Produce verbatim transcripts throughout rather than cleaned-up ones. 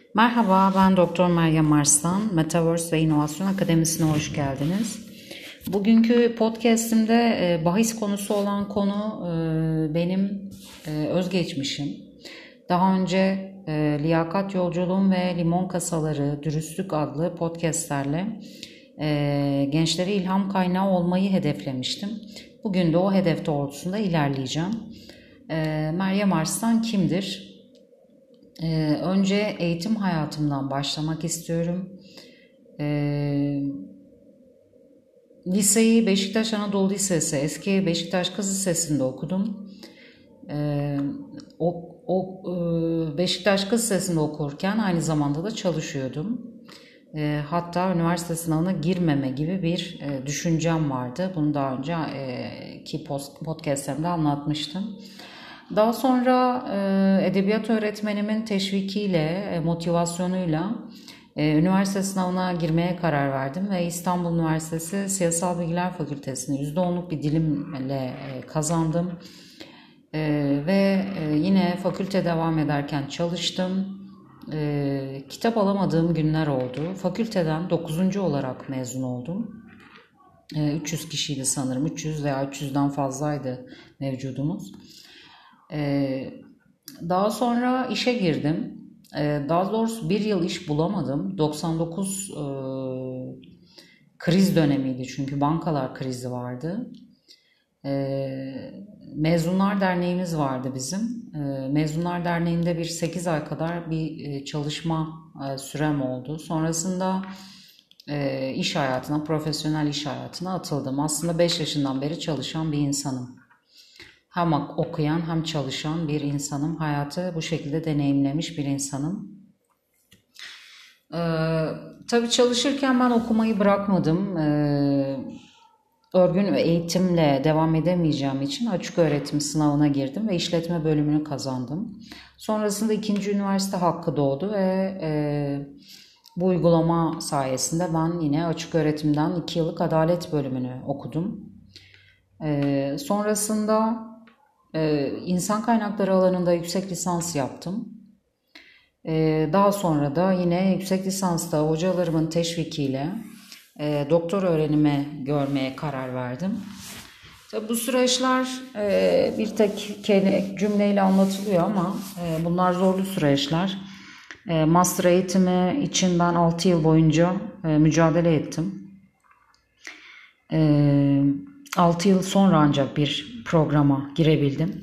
Merhaba, ben Doktor Meryem Arslan. Metaverse ve İnovasyon Akademisi'ne hoş geldiniz. Bugünkü podcast'imde e, bahis konusu olan konu e, benim e, özgeçmişim. Daha önce e, Liyakat Yolculuğum ve Limon Kasaları, Dürüstlük adlı podcastlerle e, gençlere ilham kaynağı olmayı hedeflemiştim. Bugün de o hedef doğrultusunda ilerleyeceğim. E, Meryem Arslan kimdir? Ee, önce eğitim hayatımdan başlamak istiyorum. Ee, Liseyi Beşiktaş Anadolu Lisesi, eski Beşiktaş Kız Lisesi'nde okudum. Ee, o, o e, Beşiktaş Kız Lisesi'nde okurken aynı zamanda da çalışıyordum. Ee, hatta üniversite sınavına girmeme gibi bir e, düşüncem vardı. Bunu daha önce e, ki podcastlerimde anlatmıştım. Daha sonra e, edebiyat öğretmenimin teşvikiyle, e, motivasyonuyla e, üniversite sınavına girmeye karar verdim ve İstanbul Üniversitesi Siyasal Bilgiler Fakültesini yüzde onluk bir dilimle e, kazandım. E, ve e, yine fakülte devam ederken çalıştım. E, kitap alamadığım günler oldu. Fakülteden dokuzuncu olarak mezun oldum. E, üç yüz kişiydi sanırım, üç yüz veya üç yüzden fazlaydı mevcudumuz. Ee, Daha sonra işe girdim. Ee, daha doğrusu bir yıl iş bulamadım. doksan dokuz e, kriz dönemiydi çünkü bankalar krizi vardı. Ee, Mezunlar Derneğimiz vardı bizim. Ee, Mezunlar Derneği'nde bir sekiz ay kadar bir e, çalışma e, sürem oldu. Sonrasında e, iş hayatına, profesyonel iş hayatına atıldım. Aslında beş yaşından beri çalışan bir insanım. Hem okuyan hem çalışan bir insanım. Hayatı bu şekilde deneyimlemiş bir insanım. Ee, tabii çalışırken ben okumayı bırakmadım. Ee, örgün ve eğitimle devam edemeyeceğim için açık öğretim sınavına girdim ve işletme bölümünü kazandım. Sonrasında ikinci üniversite hakkı doğdu ve e, bu uygulama sayesinde ben yine açık öğretimden iki yıllık adalet bölümünü okudum. E, sonrasında Ee, insan kaynakları alanında yüksek lisans yaptım. Ee, daha sonra da yine yüksek lisansta hocalarımın teşvikiyle e, doktor öğrenimi görmeye karar verdim. Tabii bu süreçler e, bir tek cümleyle anlatılıyor ama e, bunlar zorlu süreçler. E, master eğitimi için ben altı yıl boyunca e, mücadele ettim. E, altı yıl sonra ancak bir programa girebildim.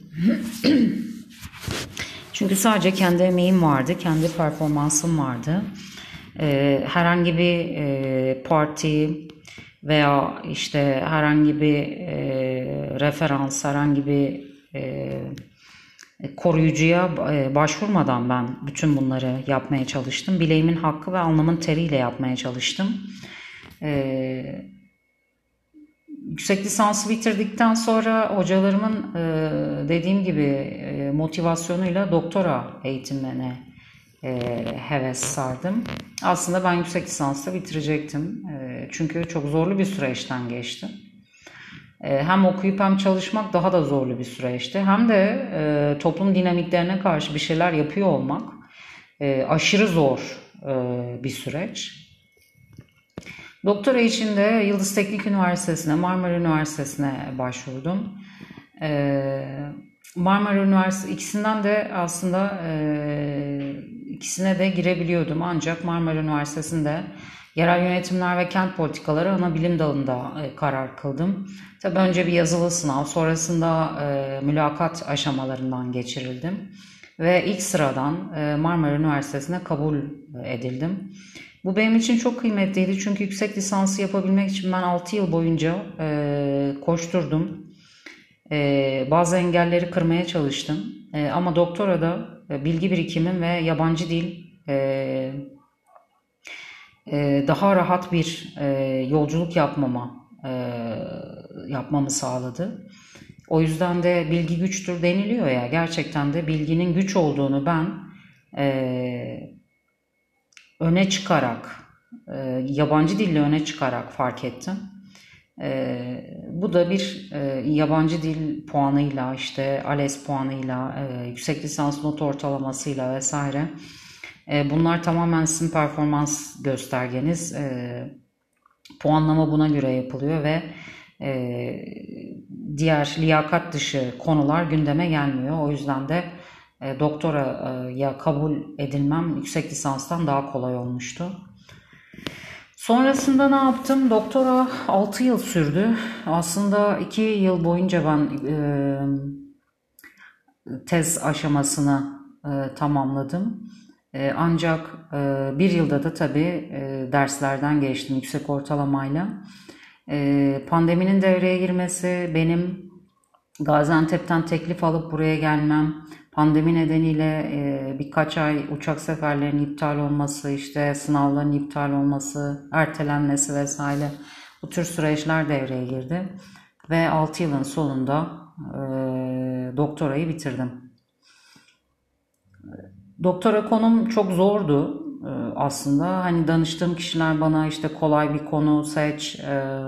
Çünkü sadece kendi emeğim vardı, kendi performansım vardı. Ee, herhangi bir e, parti veya işte herhangi bir e, referans, herhangi bir e, koruyucuya e, başvurmadan ben bütün bunları yapmaya çalıştım. Bileğimin hakkı ve alnımın teriyle yapmaya çalıştım. Ee, Yüksek lisansı bitirdikten sonra hocalarımın e, dediğim gibi e, motivasyonuyla doktora eğitimine e, heves sardım. Aslında ben yüksek lisansı bitirecektim. E, çünkü çok zorlu bir süreçten geçtim. E, hem okuyup hem çalışmak daha da zorlu bir süreçti. Hem de e, toplum dinamiklerine karşı bir şeyler yapıyor olmak e, aşırı zor e, bir süreç. Doktora için de Yıldız Teknik Üniversitesi'ne, Marmara Üniversitesi'ne başvurdum. Ee, Marmara Üniversitesi ikisinden de aslında e, ikisine de girebiliyordum. Ancak Marmara Üniversitesi'nde yerel yönetimler ve kent politikaları ana bilim dalında e, karar kıldım. Tabii önce bir yazılı sınav, sonrasında e, mülakat aşamalarından geçirildim. Ve ilk sıradan e, Marmara Üniversitesi'ne kabul edildim. Bu benim için çok kıymetliydi çünkü yüksek lisansı yapabilmek için ben altı yıl boyunca e, koşturdum. E, bazı engelleri kırmaya çalıştım. E, ama doktorada e, bilgi birikimim ve yabancı dil e, e, daha rahat bir e, yolculuk yapmama e, yapmamı sağladı. O yüzden de bilgi güçtür deniliyor ya, gerçekten de bilginin güç olduğunu ben e, öne çıkarak, e, yabancı dille öne çıkarak fark ettim. E, bu da bir e, yabancı dil puanıyla, işte ALES puanıyla, e, yüksek lisans not ortalamasıyla vesaire E, bunlar tamamen sizin performans göstergeniz. E, puanlama buna göre yapılıyor ve e, diğer liyakat dışı konular gündeme gelmiyor. O yüzden de e, doktoraya kabul edilmem yüksek lisanstan daha kolay olmuştu. Sonrasında ne yaptım? Doktora altı yıl sürdü. Aslında iki yıl boyunca ben e, tez aşamasını e, tamamladım. E, ancak e, bir yılda da tabii e, derslerden geçtim yüksek ortalamayla. E, pandeminin devreye girmesi, benim Gaziantep'ten teklif alıp buraya gelmem, pandemi nedeniyle e, birkaç ay uçak seferlerinin iptal olması, işte sınavların iptal olması, ertelenmesi vesaire, bu tür süreçler devreye girdi. Ve altı yılın sonunda e, doktorayı bitirdim. Doktora konum çok zordu e, aslında. Hani danıştığım kişiler bana işte kolay bir konu seç, e,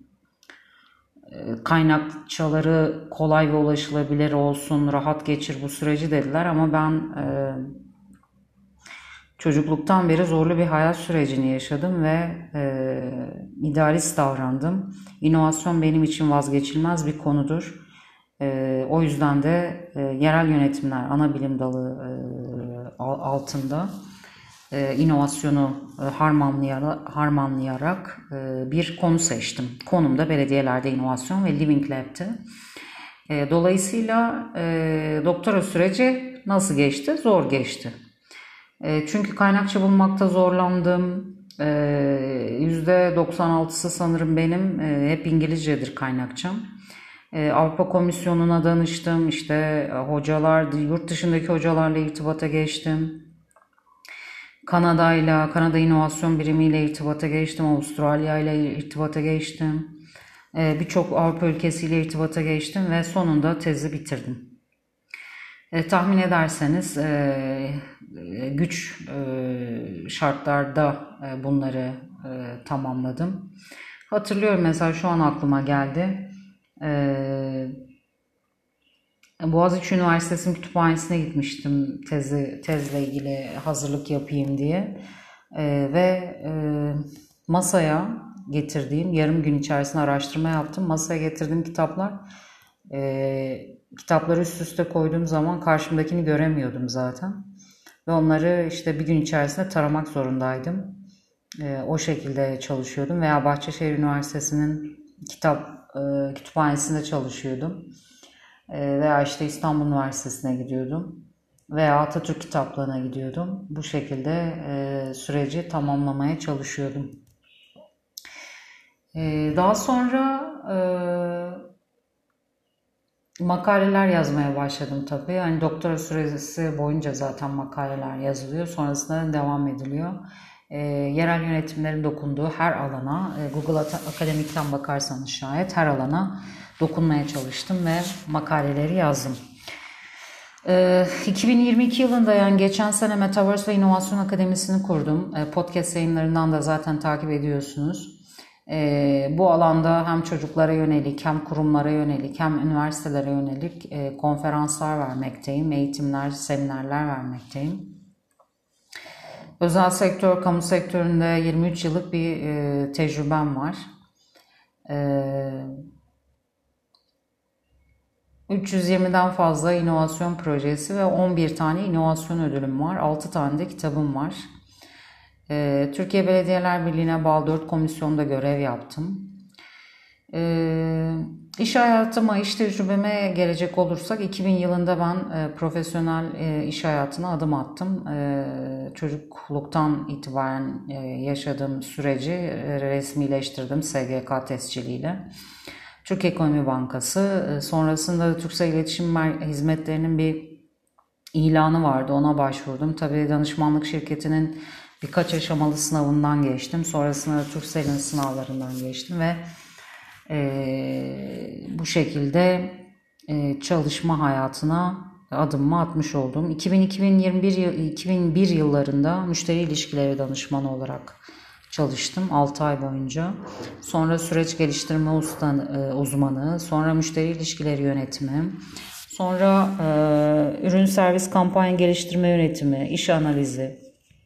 kaynakçaları kolay ve ulaşılabilir olsun, rahat geçir bu süreci dediler. Ama ben e, çocukluktan beri zorlu bir hayat sürecini yaşadım ve e, idealist davrandım. İnovasyon benim için vazgeçilmez bir konudur. E, o yüzden de e, yerel yönetimler ana bilim dalı e, altında e, inovasyonu e, harmanlayarak, harmanlayarak e, bir konu seçtim. Konum da belediyelerde inovasyon ve Living Lab'ti. E, dolayısıyla e, doktora süreci nasıl geçti? Zor geçti. E, çünkü kaynakçı bulmakta zorlandım. E, yüzde doksan altısı sanırım benim e, hep İngilizcedir kaynakçam. E, Avrupa Komisyonu'na danıştım. İşte e, hocalar, yurt dışındaki hocalarla irtibata geçtim. Kanada'yla, Kanada İnovasyon Birimi ile irtibata geçtim. Avustralya ile irtibata geçtim. E, Birçok Avrupa ülkesiyle irtibata geçtim ve sonunda tezi bitirdim. E, tahmin ederseniz e, güç e, şartlarda e, bunları e, tamamladım. Hatırlıyorum, mesela şu an aklıma geldi. E, Boğaziçi Üniversitesi'nin kütüphanesine gitmiştim tezi tezle ilgili hazırlık yapayım diye. E, ve e, masaya getirdiğim, yarım gün içerisinde araştırma yaptım. Masaya getirdiğim kitaplar, e, kitapları üst üste koyduğum zaman karşımdakini göremiyordum zaten. Ve onları işte bir gün içerisinde taramak zorundaydım. E, o şekilde çalışıyordum. Veya Bahçeşehir Üniversitesi'nin kitap e, kütüphanesinde çalışıyordum. E, veya işte İstanbul Üniversitesi'ne gidiyordum. Veya Atatürk Kitaplığı'na gidiyordum. Bu şekilde e, süreci tamamlamaya çalışıyordum. E, daha sonra e, makaleler yazmaya başladım tabii. Yani doktora süresi boyunca zaten makaleler yazılıyor. Sonrasında devam ediliyor. E, yerel yönetimlerin dokunduğu her alana, e, Google Akademik'ten bakarsanız şayet her alana dokunmaya çalıştım ve makaleleri yazdım. E, iki bin yirmi iki yılında, yani geçen sene, Metaverse ve İnovasyon Akademisi'ni kurdum. E, podcast yayınlarından da zaten takip ediyorsunuz. E, bu alanda hem çocuklara yönelik, hem kurumlara yönelik, hem üniversitelere yönelik e, konferanslar vermekteyim, eğitimler, seminerler vermekteyim. Özel sektör, kamu sektöründe yirmi üç yıllık bir e, tecrübem var. E, üç yüz yirmiden fazla inovasyon projesi ve on bir tane inovasyon ödülüm var. altı tane de kitabım var. Ee, Türkiye Belediyeler Birliği'ne bağlı dört komisyonda görev yaptım. Ee, iş hayatıma, iş tecrübeme gelecek olursak, iki bin yılında ben e, profesyonel e, iş hayatına adım attım. E, çocukluktan itibaren e, yaşadığım süreci e, resmileştirdim S G K tesciliyle. Türk Ekonomi Bankası, e, sonrasında da Turkcell İletişim Hizmetleri'nin bir ilanı vardı, ona başvurdum. Tabii danışmanlık şirketinin birkaç aşamalı sınavından geçtim. Sonrasında da Turkcell'in sınavlarından geçtim ve e, bu şekilde e, çalışma hayatına adımımı atmış oldum. iki bin iki bin yirmi bir iki bin bir yıllarında müşteri ilişkileri danışmanı olarak çalıştım altı ay boyunca. Sonra süreç geliştirme uzmanı, sonra müşteri ilişkileri yönetimi, sonra e, ürün servis kampanya geliştirme yönetimi, iş analizi,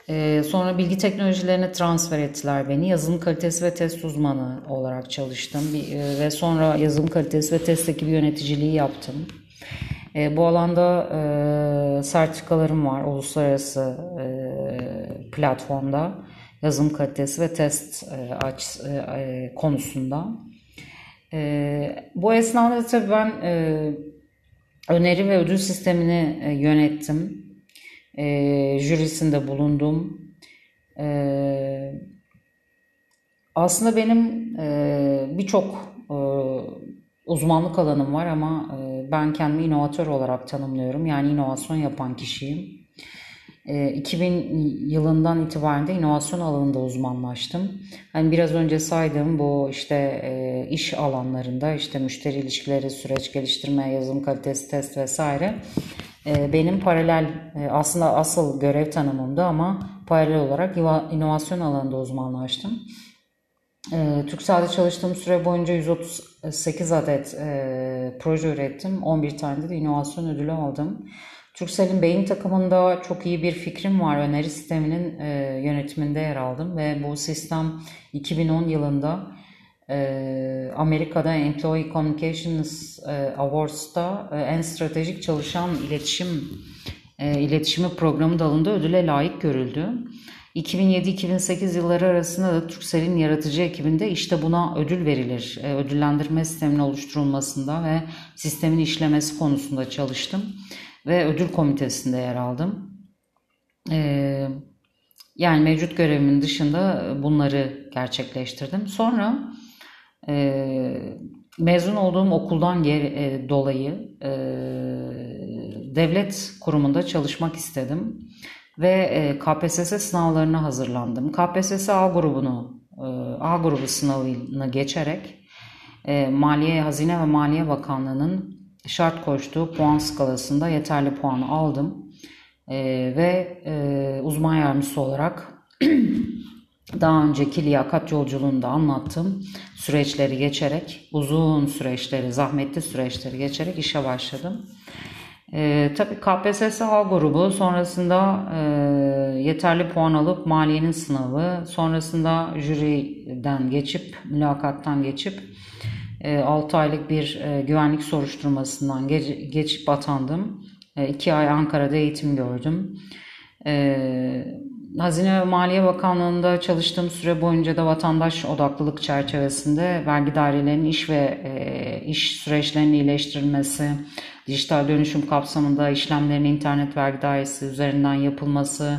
Ee, sonra bilgi teknolojilerine transfer ettiler beni. Yazılım kalitesi ve test uzmanı olarak çalıştım. Bir, e, ve sonra yazılım kalitesi ve test ekibi yöneticiliği yaptım. E, bu alanda e, sertifikalarım var uluslararası e, platformda. Yazılım kalitesi ve test e, aç, e, konusunda. E, bu esnada tabii ben e, öneri ve ödül sistemini e, yönettim. E, jürisinde bulundum. E, aslında benim e, birçok e, uzmanlık alanım var ama e, ben kendimi inovatör olarak tanımlıyorum. Yani inovasyon yapan kişiyim. E, iki bin yılından itibaren de inovasyon alanında uzmanlaştım. Hani biraz önce saydığım bu işte e, iş alanlarında işte müşteri ilişkileri, süreç geliştirme, yazılım kalitesi test vesaire e, benim paralel e, aslında asıl görev tanımımdı ama paralel olarak inovasyon alanında uzmanlaştım. E, Turkcell'de çalıştığım süre boyunca yüz otuz sekiz adet e, proje ürettim. on bir tane de inovasyon ödülü aldım. Turkcell'in beyin takımında çok iyi bir fikrim var. Öneri sisteminin e, yönetiminde yer aldım ve bu sistem iki bin on yılında e, Amerika'da Employee Communications e, Awards'ta e, en stratejik çalışan iletişim e, iletişimi programı dalında ödüle layık görüldü. iki bin yedi iki bin sekiz yılları arasında da Turkcell'in yaratıcı ekibinde işte buna ödül verilir. E, ödüllendirme sisteminin oluşturulmasında ve sistemin işlemesi konusunda çalıştım. Ve ödül komitesinde yer aldım. Ee, yani mevcut görevimin dışında bunları gerçekleştirdim. Sonra e, mezun olduğum okuldan geri, e, dolayı e, devlet kurumunda çalışmak istedim. Ve e, K P S S sınavlarına hazırlandım. K P S S A grubunu, e, A grubu sınavını geçerek e, Maliye, Hazine ve Maliye Bakanlığı'nın şart koştuğu puan skalasında yeterli puanı aldım. E, ve e, uzman yardımcısı olarak daha önceki liyakat yolculuğunda anlattığım süreçleri geçerek, uzun süreçleri, zahmetli süreçleri geçerek işe başladım. E, tabii K P S S A grubu sonrasında e, yeterli puan alıp maliyenin sınavı, sonrasında jüriden geçip, mülakattan geçip altı aylık bir güvenlik soruşturmasından geçip atandım. iki ay Ankara'da eğitim gördüm. Hazine ve Maliye Bakanlığı'nda çalıştığım süre boyunca da vatandaş odaklılık çerçevesinde vergi dairelerinin iş ve iş süreçlerinin iyileştirilmesi, dijital dönüşüm kapsamında işlemlerin internet vergi dairesi üzerinden yapılması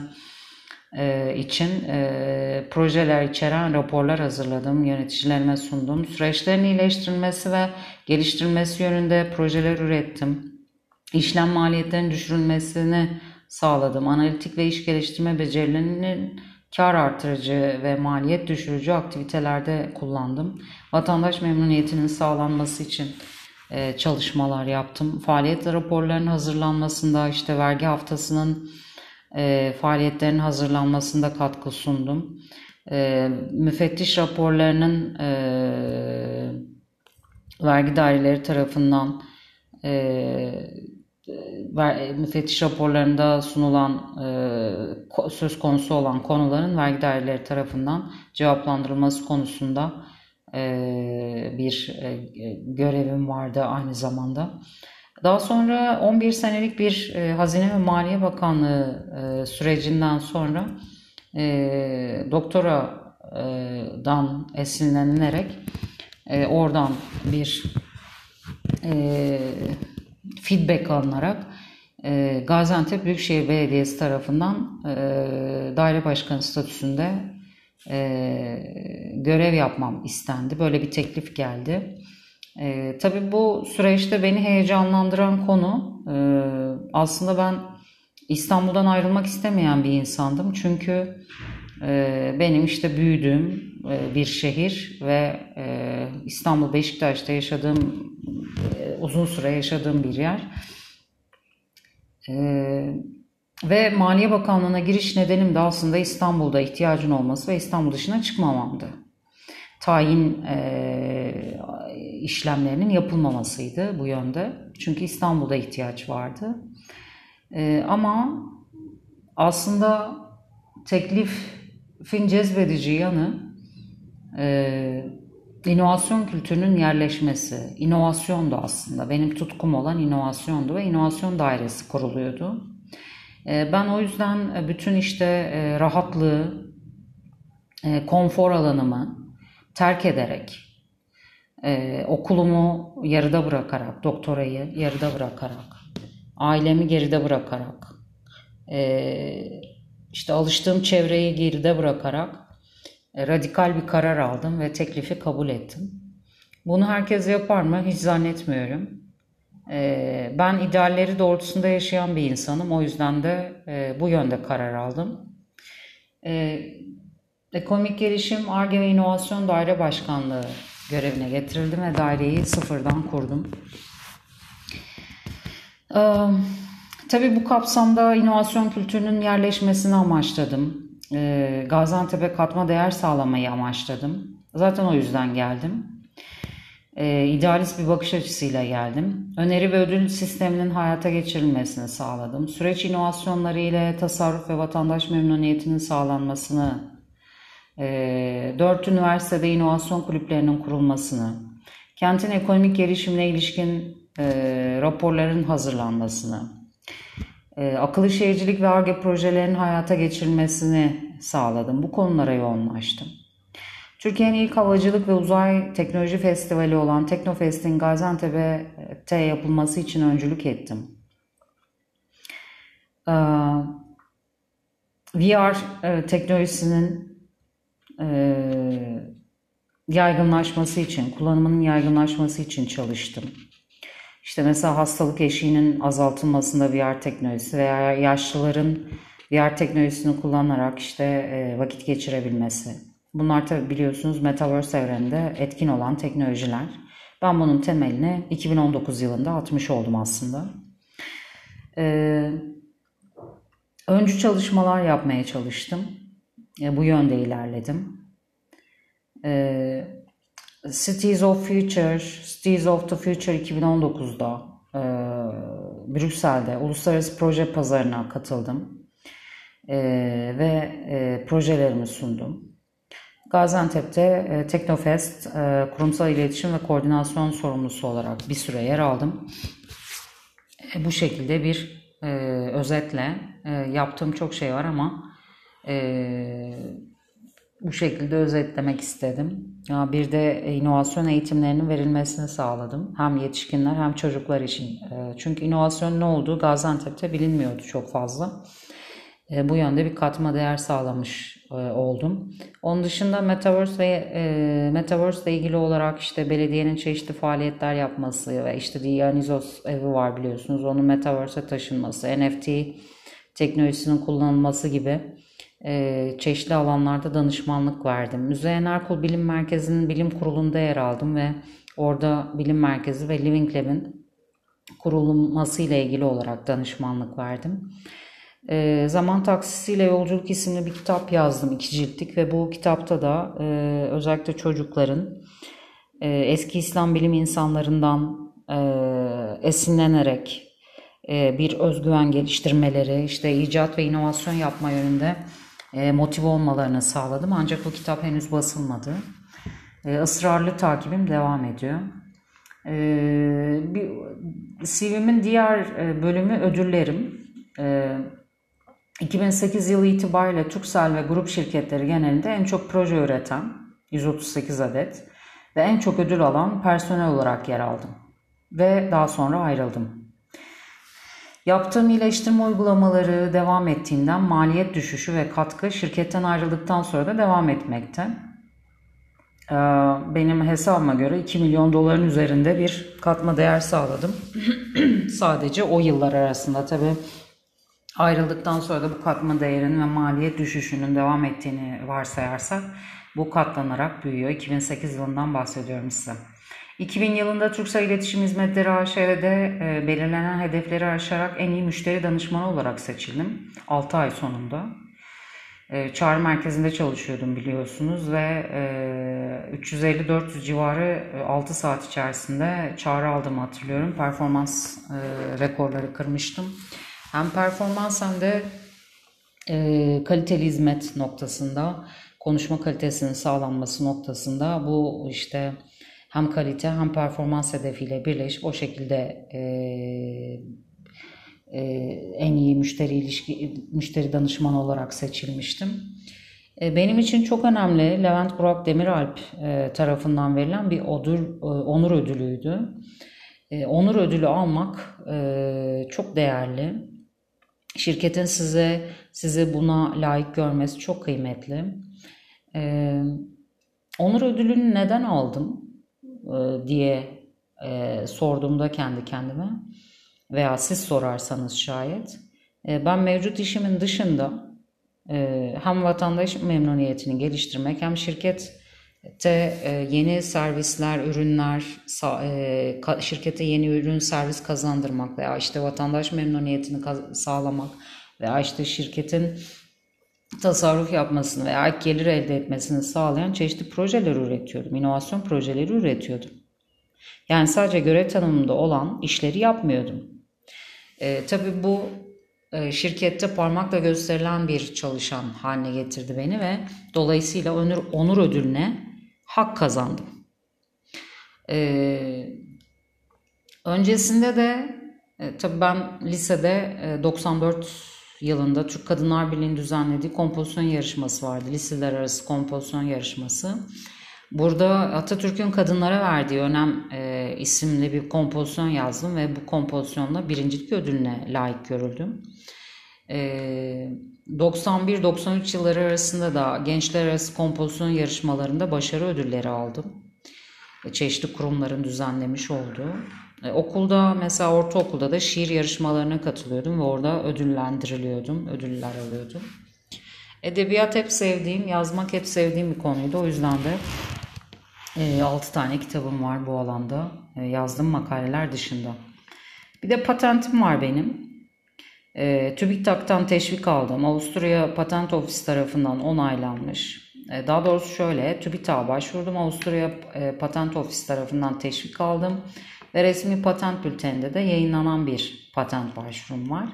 için e, projeler içeren raporlar hazırladım, yöneticilerime sundum. Süreçlerin iyileştirilmesi ve geliştirilmesi yönünde projeler ürettim. İşlem maliyetlerinin düşürülmesini sağladım. Analitik ve iş geliştirme becerilerinin kar artırıcı ve maliyet düşürücü aktivitelerde kullandım. Vatandaş memnuniyetinin sağlanması için e, çalışmalar yaptım. Faaliyet raporlarının hazırlanmasında işte vergi haftasının E, faaliyetlerin hazırlanmasında katkı sundum. E, müfettiş raporlarının e, vergi daireleri tarafından e, ver, müfettiş raporlarında sunulan e, söz konusu olan konuların vergi daireleri tarafından cevaplandırılması konusunda e, bir e, görevim vardı aynı zamanda. Daha sonra on bir senelik bir e, Hazine ve Maliye Bakanlığı e, sürecinden sonra e, doktoradan esinlenilerek e, oradan bir e, feedback alınarak e, Gaziantep Büyükşehir Belediyesi tarafından e, daire başkanı statüsünde e, görev yapmam istendi. Böyle bir teklif geldi. E, tabii bu süreçte beni heyecanlandıran konu e, aslında ben İstanbul'dan ayrılmak istemeyen bir insandım. Çünkü e, benim işte büyüdüğüm e, bir şehir ve e, İstanbul Beşiktaş'ta yaşadığım e, uzun süre yaşadığım bir yer. E, ve Maliye Bakanlığı'na giriş nedenim de aslında İstanbul'da ihtiyacın olması ve İstanbul dışına çıkmamamdı. Tayin e, işlemlerinin yapılmamasıydı bu yönde. Çünkü İstanbul'da ihtiyaç vardı. E, ama aslında teklifin cezbedici yanı e, inovasyon kültürünün yerleşmesi. İnovasyon da aslında benim tutkum olan inovasyondu ve inovasyon dairesi kuruluyordu. E, ben o yüzden bütün işte e, rahatlığı, e, konfor alanımı terk ederek, e, okulumu yarıda bırakarak, doktorayı yarıda bırakarak, ailemi geride bırakarak, e, işte alıştığım çevreyi geride bırakarak e, radikal bir karar aldım ve teklifi kabul ettim. Bunu herkes yapar mı? Hiç zannetmiyorum. E, ben idealleri doğrultusunda yaşayan bir insanım. O yüzden de e, bu yönde karar aldım. E, Ekonomik Gelişim, Ar-Ge ve İnovasyon Daire Başkanlığı görevine getirildim ve daireyi sıfırdan kurdum. Ee, tabii bu kapsamda inovasyon kültürünün yerleşmesini amaçladım. Ee, Gaziantep'e katma değer sağlamayı amaçladım. Zaten o yüzden geldim. Ee, idealist bir bakış açısıyla geldim. Öneri ve ödül sisteminin hayata geçirilmesini sağladım. Süreç inovasyonları ile tasarruf ve vatandaş memnuniyetinin sağlanmasını, dört üniversitede inovasyon kulüplerinin kurulmasını, kentin ekonomik gelişimine ilişkin e, raporların hazırlanmasını, e, akıllı şehircilik ve Ar-Ge projelerinin hayata geçirilmesini sağladım. Bu konulara yoğunlaştım. Türkiye'nin ilk havacılık ve uzay teknoloji festivali olan Teknofest'in Gaziantep'te yapılması için öncülük ettim. E, V R e, teknolojisinin Ee, yaygınlaşması için, kullanımının yaygınlaşması için çalıştım. İşte mesela hastalık eşiğinin azaltılmasında V R teknolojisi veya yaşlıların V R teknolojisini kullanarak işte e, vakit geçirebilmesi. Bunlar tabi biliyorsunuz Metaverse evreninde etkin olan teknolojiler. Ben bunun temelini iki bin on dokuz yılında atmış oldum aslında. Ee, öncü çalışmalar yapmaya çalıştım. Bu yönde ilerledim. Ee, Cities of Future, Cities of the Future iki bin on dokuzda e, Brüksel'de uluslararası proje pazarına katıldım e, ve e, projelerimi sundum. Gaziantep'te e, Teknofest e, kurumsal iletişim ve koordinasyon sorumlusu olarak bir süre yer aldım. E, bu şekilde bir e, özetle e, yaptığım çok şey var ama Ee, bu şekilde özetlemek istedim. Ya bir de inovasyon eğitimlerinin verilmesini sağladım. Hem yetişkinler hem çocuklar için. Ee, çünkü inovasyon ne olduğu Gaziantep'te bilinmiyordu çok fazla. Ee, bu yönde bir katma değer sağlamış e, oldum. Onun dışında Metaverse ve e, Metaverse ile ilgili olarak işte belediyenin çeşitli faaliyetler yapması ve işte Dionysos evi var biliyorsunuz. Onun Metaverse'e taşınması, N F T teknolojisinin kullanılması gibi Ee, çeşitli alanlarda danışmanlık verdim. Müzeyyen Erkul Bilim Merkezi'nin bilim kurulunda yer aldım ve orada bilim merkezi ve Living Lab'in kurulması ile ilgili olarak danışmanlık verdim. Ee, Zaman Taksisiyle Yolculuk isimli bir kitap yazdım, iki ciltlik ve bu kitapta da e, özellikle çocukların e, eski İslam bilim insanlarından e, esinlenerek e, bir özgüven geliştirmeleri, işte icat ve inovasyon yapma yönünde e, motive olmalarını sağladım. Ancak bu kitap henüz basılmadı. E, ısrarlı takibim devam ediyor. E, bir, C V'min diğer e, bölümü ödüllerim. E, iki bin sekiz yılı itibariyle Turkcell ve grup şirketleri genelinde en çok proje üreten yüz otuz sekiz adet ve en çok ödül alan personel olarak yer aldım. Ve daha sonra ayrıldım. Yaptığım iyileştirme uygulamaları devam ettiğinden maliyet düşüşü ve katkı şirketten ayrıldıktan sonra da devam etmekte. Benim hesabıma göre iki milyon doların üzerinde bir katma değer sağladım. Sadece o yıllar arasında tabii ayrıldıktan sonra da bu katma değerin ve maliyet düşüşünün devam ettiğini varsayarsak bu katlanarak büyüyor. iki bin sekiz yılından bahsediyorum size. iki bin yılında Turkcell İletişim Hizmetleri A Ş'de e, belirlenen hedefleri aşarak en iyi müşteri danışmanı olarak seçildim. altı ay sonunda. E, çağrı merkezinde çalışıyordum biliyorsunuz ve e, üç yüz elli dört yüz civarı e, altı saat içerisinde çağrı aldığımı hatırlıyorum. Performans e, rekorları kırmıştım. Hem performans hem de e, kaliteli hizmet noktasında, konuşma kalitesinin sağlanması noktasında bu işte hem kalite hem performans hedefiyle birleşip o şekilde e, e, en iyi müşteri ilişki müşteri danışmanı olarak seçilmiştim. E, benim için çok önemli Levent Burak Demiralp e, tarafından verilen bir ödül, e, onur ödülüydü. E, onur ödülü almak e, çok değerli. Şirketin size sizi buna layık görmesi çok kıymetli. Ee, onur ödülünü neden aldım e, diye e, sorduğumda kendi kendime veya siz sorarsanız şayet e, ben mevcut işimin dışında e, hem vatandaş memnuniyetini geliştirmek hem şirkette e, yeni servisler, ürünler, e, şirkete yeni ürün servis kazandırmak veya işte vatandaş memnuniyetini sağlamak veya işte şirketin tasarruf yapmasını veya ek gelir elde etmesini sağlayan çeşitli projeler üretiyordum. İnovasyon projeleri üretiyordum. Yani sadece görev tanımında olan işleri yapmıyordum. E, tabii bu e, şirkette parmakla gösterilen bir çalışan haline getirdi beni ve dolayısıyla onur, onur ödülüne hak kazandım. E, öncesinde de e, tabii ben lisede e, doksan dört yılında Türk Kadınlar Birliği'nin düzenlediği kompozisyon yarışması vardı. Liseler arası kompozisyon yarışması. Burada Atatürk'ün kadınlara verdiği önem e, isimli bir kompozisyon yazdım ve bu kompozisyonla birincilik ödülüne layık görüldüm. E, doksan bir doksan üç yılları arasında da gençler arası kompozisyon yarışmalarında başarı ödülleri aldım. E, çeşitli kurumların düzenlemiş olduğu. E, okulda mesela ortaokulda da şiir yarışmalarına katılıyordum ve orada ödüllendiriliyordum, ödüller alıyordum. Edebiyat hep sevdiğim, yazmak hep sevdiğim bir konuydu. O yüzden de e, altı tane kitabım var bu alanda e, yazdığım makaleler dışında. Bir de patentim var benim. E, TÜBİTAK'tan teşvik aldım. Avusturya Patent Ofisi tarafından onaylanmış. E, daha doğrusu şöyle, TÜBİTAK'a başvurdum. Avusturya e, Patent Ofisi tarafından teşvik aldım. Ve resmi patent bülteninde de yayınlanan bir patent başvurum var.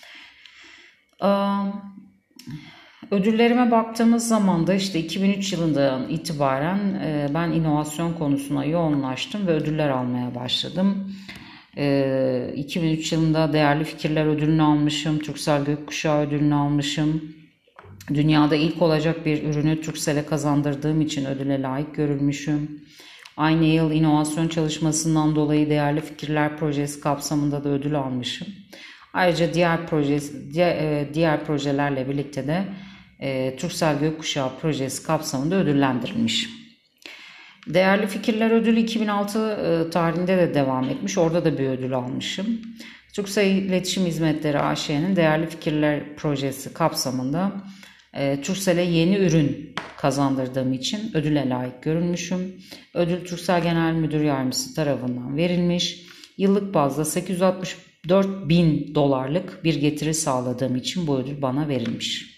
Ödüllerime baktığımız zaman da işte iki bin üç yılından itibaren ben inovasyon konusuna yoğunlaştım ve ödüller almaya başladım. iki bin üç yılında Değerli Fikirler Ödülünü almışım, Turkcell Gökkuşağı Ödülünü almışım. Dünyada ilk olacak bir ürünü Turkcell'e kazandırdığım için ödüle layık görülmüşüm. Aynı yıl inovasyon çalışmasından dolayı Değerli Fikirler Projesi kapsamında da ödül almışım. Ayrıca diğer projesi, diğer, diğer projelerle birlikte de e, Turkcell Gökkuşağı Projesi kapsamında ödüllendirilmiş. Değerli Fikirler Ödülü iki bin altı e, tarihinde de devam etmiş. Orada da bir ödül almışım. Turkcell İletişim Hizmetleri A Ş'nin Değerli Fikirler Projesi kapsamında e, Turkcell'e yeni ürün kazandırdığım için ödüle layık görülmüşüm. Ödül Turkcell Genel Müdür Yardımcısı tarafından verilmiş. Yıllık bazda sekiz yüz altmış dört bin dolarlık bir getiri sağladığım için bu ödül bana verilmiş.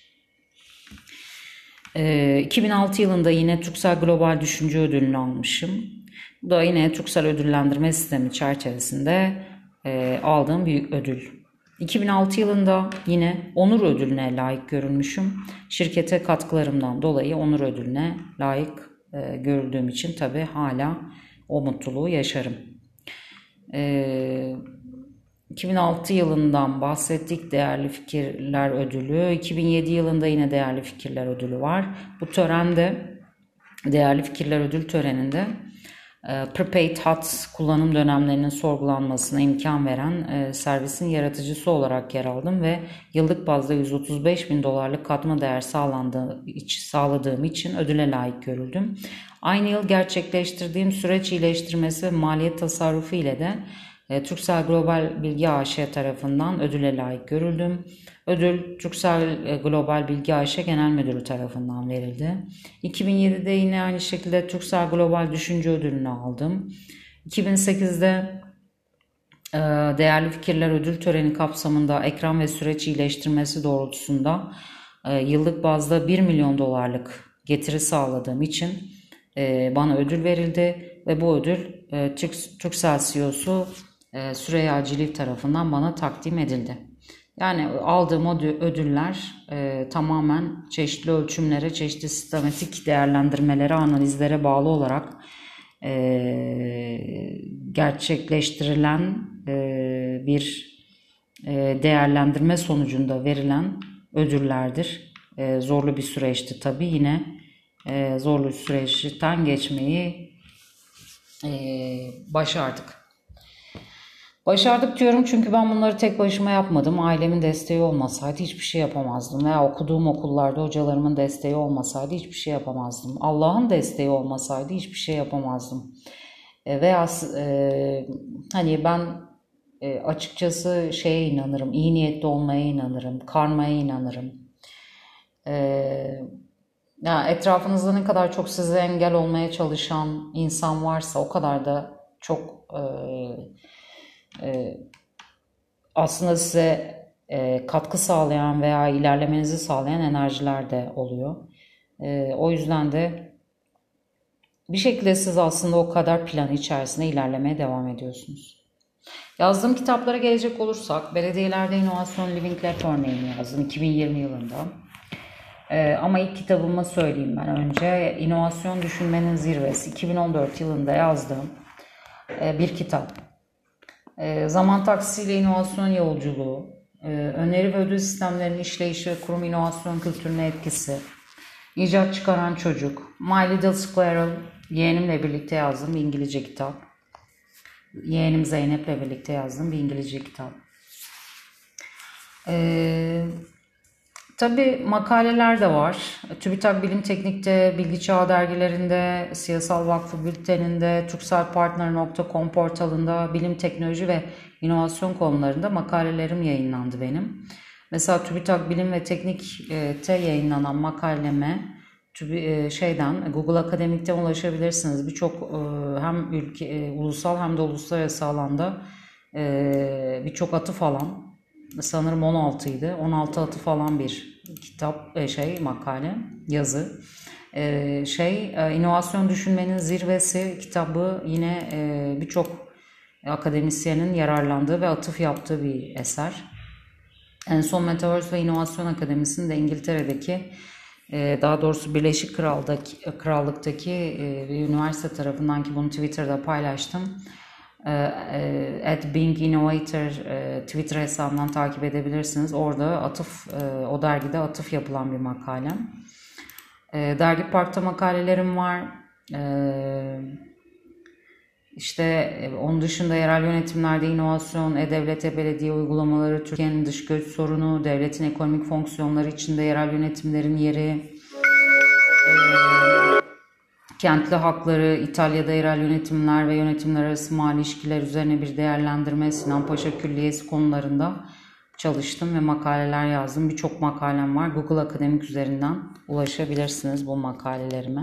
Ee, iki bin altı yılında yine Turkcell Global Düşünce Ödülünü almışım. Bu da yine Turkcell ödüllendirme sistemi çerçevesinde e, aldığım bir ödül. iki bin altı yılında yine onur ödülüne layık görülmüşüm. Şirkete katkılarımdan dolayı onur ödülüne layık e, görüldüğüm için tabii hala o mutluluğu yaşarım. E, iki bin altı yılından bahsettik, Değerli Fikirler Ödülü. iki bin yedi yılında yine Değerli Fikirler Ödülü var. Bu törende, Değerli Fikirler Ödül töreninde prepaid hat kullanım dönemlerinin sorgulanmasına imkan veren e, servisin yaratıcısı olarak yer aldım ve yıllık bazda yüz otuz beş bin dolarlık katma değer sağlandığı, sağladığım için ödüle layık görüldüm. Aynı yıl gerçekleştirdiğim süreç iyileştirmesi ve maliyet tasarrufu ile de e, Turkcell Global Bilgi A Ş tarafından ödüle layık görüldüm. Ödül Turkcell Global Bilgi A Ş Genel Müdürü tarafından verildi. iki bin yedide yine aynı şekilde Turkcell Global Düşünce Ödülünü aldım. iki bin sekizde e, Değerli Fikirler Ödül Töreni kapsamında ekran ve süreç iyileştirmesi doğrultusunda e, yıllık bazda bir milyon dolarlık getiri sağladığım için e, bana ödül verildi ve bu ödül e, Turkcell C E O'su e, Süreyya Ciliv tarafından bana takdim edildi. Yani aldığım ödüller e, tamamen çeşitli ölçümlere, çeşitli sistematik değerlendirmelere, analizlere bağlı olarak e, gerçekleştirilen e, bir e, değerlendirme sonucunda verilen ödüllerdir. E, zorlu bir süreçti tabii. Yine e, zorlu süreçten geçmeyi e, başardık. Başardık diyorum çünkü ben bunları tek başıma yapmadım. Ailemin desteği olmasaydı hiçbir şey yapamazdım. Veya okuduğum okullarda hocalarımın desteği olmasaydı hiçbir şey yapamazdım. Allah'ın desteği olmasaydı hiçbir şey yapamazdım. E, veya e, hani ben e, açıkçası şeye inanırım. İyi niyetli olmaya inanırım. Karmaya inanırım. E, ya etrafınızda ne kadar çok size engel olmaya çalışan insan varsa o kadar da çok e, e, aslında size e, katkı sağlayan veya ilerlemenizi sağlayan enerjiler de oluyor. E, o yüzden de bir şekilde siz aslında o kadar planı içerisinde ilerlemeye devam ediyorsunuz. Yazdığım kitaplara gelecek olursak, belediyelerde inovasyon Living Lab örneğini yazdım iki bin yirmi yılında. Ee, ama ilk kitabımı söyleyeyim ben önce. İnovasyon Düşünmenin Zirvesi iki bin on dört yılında yazdığım e, bir kitap. E, zaman taksisiyle inovasyon yolculuğu, e, öneri ve ödül sistemlerinin işleyişi ve kurum inovasyon kültürüne etkisi, icat çıkaran çocuk, My Little Squirrel, yeğenimle birlikte yazdığım bir İngilizce kitap. Yeğenim Zeynep'le birlikte yazdığım bir İngilizce kitap. Ee, tabii makaleler de var. TÜBİTAK Bilim Teknik'te, Bilgi Çağı dergilerinde, Siyasal Vakfı Bülteni'nde, turkcellpartner nokta com portalında bilim, teknoloji ve inovasyon konularında makalelerim yayınlandı benim. Mesela TÜBİTAK Bilim ve Teknik'te yayınlanan makaleme şeyden Google Akademik'ten ulaşabilirsiniz. Birçok hem ülke ulusal hem de uluslararası alanda birçok atıf alan, sanırım on altıydı. on altı atıf falan bir kitap, şey makale, yazı. Şey inovasyon düşünmenin zirvesi kitabı yine birçok akademisyenin yararlandığı ve atıf yaptığı bir eser. En son Metaverse ve İnovasyon Akademisi'nin de İngiltere'deki, daha doğrusu Birleşik Krallık'taki, Krallık'taki bir üniversite tarafından, ki bunu Twitter'da paylaştım. at Being Innovator Twitter hesabından takip edebilirsiniz. Orada atıf, o dergide atıf yapılan bir makalem. Dergi Park'ta makalelerim var. İşte onun dışında yerel yönetimlerde inovasyon, e-devlet, e-belediye uygulamaları, Türkiye'nin dış göç sorunu, devletin ekonomik fonksiyonları içinde yerel yönetimlerin yeri, e, kentli hakları, İtalya'da yerel yönetimler ve yönetimler arası mali ilişkiler üzerine bir değerlendirme, Sinan Paşa Külliyesi konularında çalıştım ve makaleler yazdım. Birçok makalem var. Google Akademik üzerinden ulaşabilirsiniz bu makalelerime.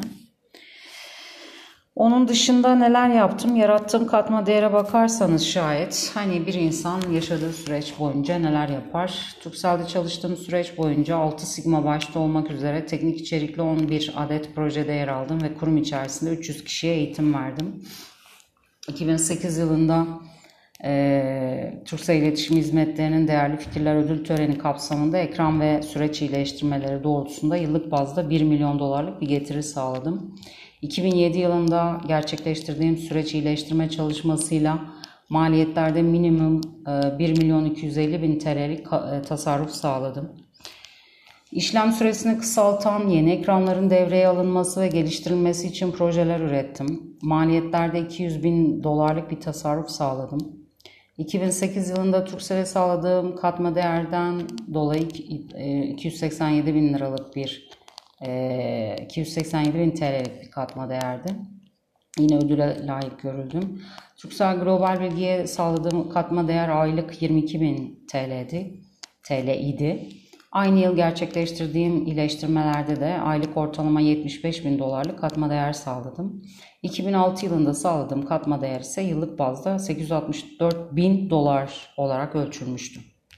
Onun dışında neler yaptım? Yarattığım katma değere bakarsanız şayet, hani bir insan yaşadığı süreç boyunca neler yapar? Turkcell'de çalıştığım süreç boyunca altı sigma başta olmak üzere teknik içerikli on bir adet projede yer aldım ve kurum içerisinde üç yüz kişiye eğitim verdim. iki bin sekiz yılında e, Turkcell İletişim Hizmetleri'nin Değerli Fikirler Ödül Töreni kapsamında ekran ve süreç iyileştirmeleri doğrultusunda yıllık bazda bir milyon dolarlık bir getiri sağladım. iki bin yedi yılında gerçekleştirdiğim süreç iyileştirme çalışmasıyla maliyetlerde minimum bir milyon iki yüz elli bin T L'lik tasarruf sağladım. İşlem süresini kısaltan yeni ekranların devreye alınması ve geliştirilmesi için projeler ürettim. Maliyetlerde iki yüz bin dolarlık bir tasarruf sağladım. iki bin sekiz yılında Turkcell'e sağladığım katma değerden dolayı iki yüz seksen yedi bin liralık bir iki yüz seksen yedi bin T L'lik bir katma değerdi. Yine ödüle layık görüldüm. Turkcell Global Bilgi'ye sağladığım katma değer aylık yirmi iki bin T L'di. T L idi. Aynı yıl gerçekleştirdiğim iyileştirmelerde de aylık ortalama yetmiş beş bin dolarlık katma değer sağladım. iki bin altı yılında sağladığım katma değer ise yıllık bazda sekiz yüz altmış dört bin dolar olarak ölçülmüştü.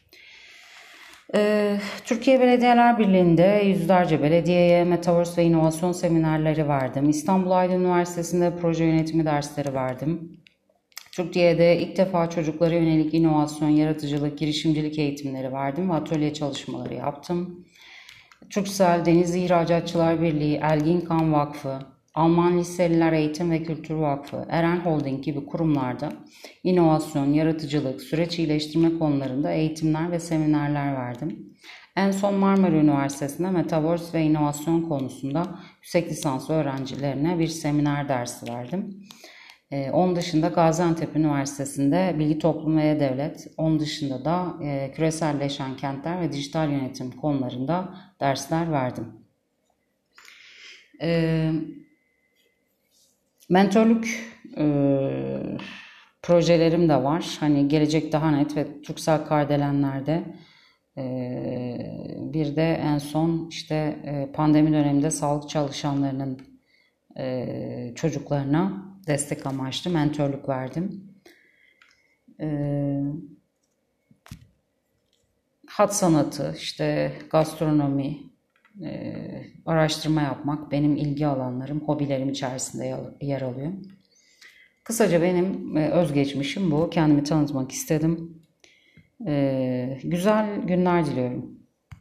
Ee, Türkiye Belediyeler Birliği'nde yüzlerce belediyeye Metaverse ve inovasyon seminerleri verdim. İstanbul Aydın Üniversitesi'nde proje yönetimi dersleri verdim. Türkiye'de ilk defa çocuklara yönelik inovasyon, yaratıcılık, girişimcilik eğitimleri verdim ve atölye çalışmaları yaptım. Türksel Denizli İhracatçılar Birliği, Elgin Kan Vakfı, Alman Liseliler Eğitim ve Kültür Vakfı, Eren Holding gibi kurumlarda inovasyon, yaratıcılık, süreç iyileştirme konularında eğitimler ve seminerler verdim. En son Marmara Üniversitesi'nde Metaverse ve inovasyon konusunda yüksek lisans öğrencilerine bir seminer dersi verdim. Ee, onun dışında Gaziantep Üniversitesi'nde Bilgi Toplum ve E-Devlet, onun dışında da e, küreselleşen kentler ve dijital yönetim konularında dersler verdim. Ee, Mentörlük e, projelerim de var. Hani Gelecek Daha Net ve Turkcell Kardelenler'de e, bir de en son işte e, pandemi döneminde sağlık çalışanlarının e, çocuklarına destek amaçlı mentörlük verdim. E, hat sanatı, işte gastronomi, e, araştırma yapmak benim ilgi alanlarım, hobilerim içerisinde yer alıyor. Kısaca benim e, özgeçmişim bu. Kendimi tanıtmak istedim. E, güzel günler diliyorum.